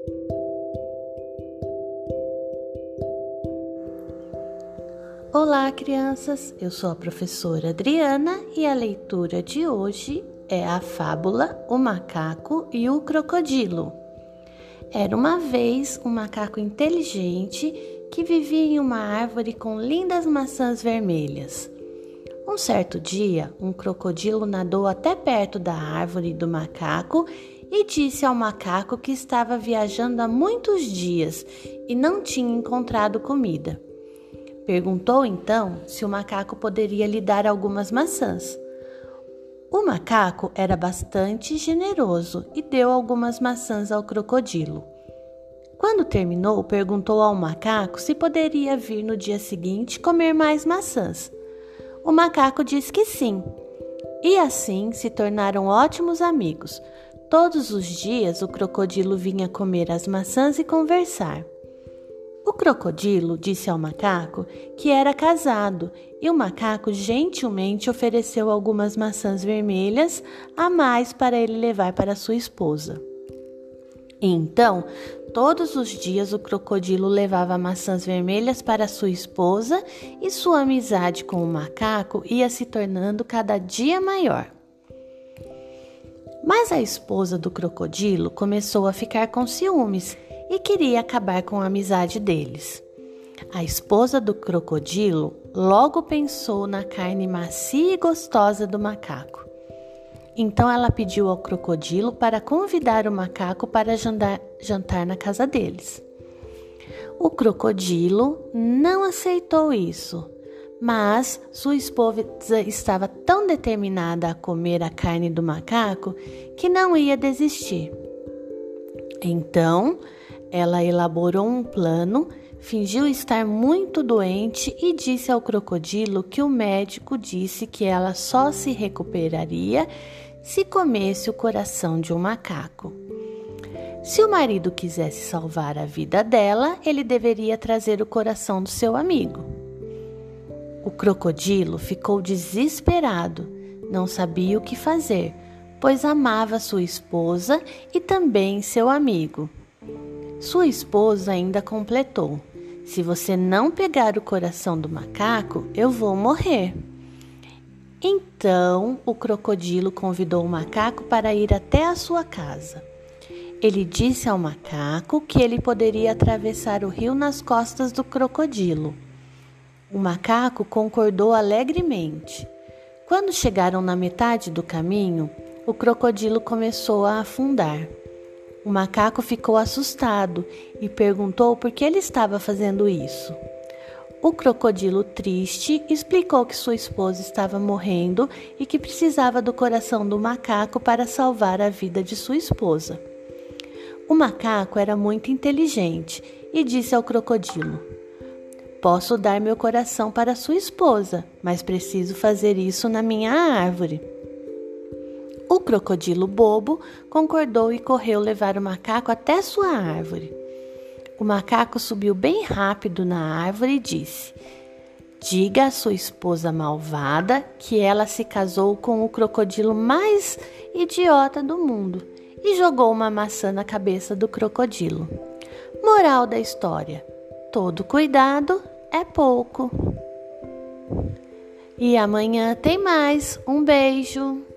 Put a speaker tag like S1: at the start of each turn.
S1: Olá, crianças! Eu sou a professora Adriana e a leitura de hoje é a fábula O Macaco e o Crocodilo. Era uma vez um macaco inteligente que vivia em uma árvore com lindas maçãs vermelhas. Um certo dia, um crocodilo nadou até perto da árvore do macaco e disse ao macaco que estava viajando há muitos dias e não tinha encontrado comida. Perguntou então se o macaco poderia lhe dar algumas maçãs. O macaco era bastante generoso e deu algumas maçãs ao crocodilo. Quando terminou, perguntou ao macaco se poderia vir no dia seguinte comer mais maçãs. O macaco disse que sim, e assim se tornaram ótimos amigos. Todos os dias o crocodilo vinha comer as maçãs e conversar. O crocodilo disse ao macaco que era casado e o macaco gentilmente ofereceu algumas maçãs vermelhas a mais para ele levar para sua esposa. Então, todos os dias o crocodilo levava maçãs vermelhas para sua esposa e sua amizade com o macaco ia se tornando cada dia maior. Mas a esposa do crocodilo começou a ficar com ciúmes e queria acabar com a amizade deles. A esposa do crocodilo logo pensou na carne macia e gostosa do macaco. Então ela pediu ao crocodilo para convidar o macaco para jantar na casa deles. O crocodilo não aceitou isso, mas sua esposa estava tão determinada a comer a carne do macaco que não ia desistir. Então, ela elaborou um plano, fingiu estar muito doente e disse ao crocodilo que o médico disse que ela só se recuperaria se comesse o coração de um macaco. Se o marido quisesse salvar a vida dela, ele deveria trazer o coração do seu amigo. O crocodilo ficou desesperado, não sabia o que fazer, pois amava sua esposa e também seu amigo. Sua esposa ainda completou: se você não pegar o coração do macaco, eu vou morrer. Então, o crocodilo convidou o macaco para ir até a sua casa. Ele disse ao macaco que ele poderia atravessar o rio nas costas do crocodilo. O macaco concordou alegremente. Quando chegaram na metade do caminho, o crocodilo começou a afundar. O macaco ficou assustado e perguntou por que ele estava fazendo isso. O crocodilo, triste, explicou que sua esposa estava morrendo e que precisava do coração do macaco para salvar a vida de sua esposa. O macaco era muito inteligente e disse ao crocodilo: posso dar meu coração para sua esposa, mas preciso fazer isso na minha árvore. O crocodilo bobo concordou e correu levar o macaco até sua árvore. O macaco subiu bem rápido na árvore e disse: diga à sua esposa malvada que ela se casou com o crocodilo mais idiota do mundo, e jogou uma maçã na cabeça do crocodilo. Moral da história: todo cuidado é pouco. E amanhã tem mais. Um beijo!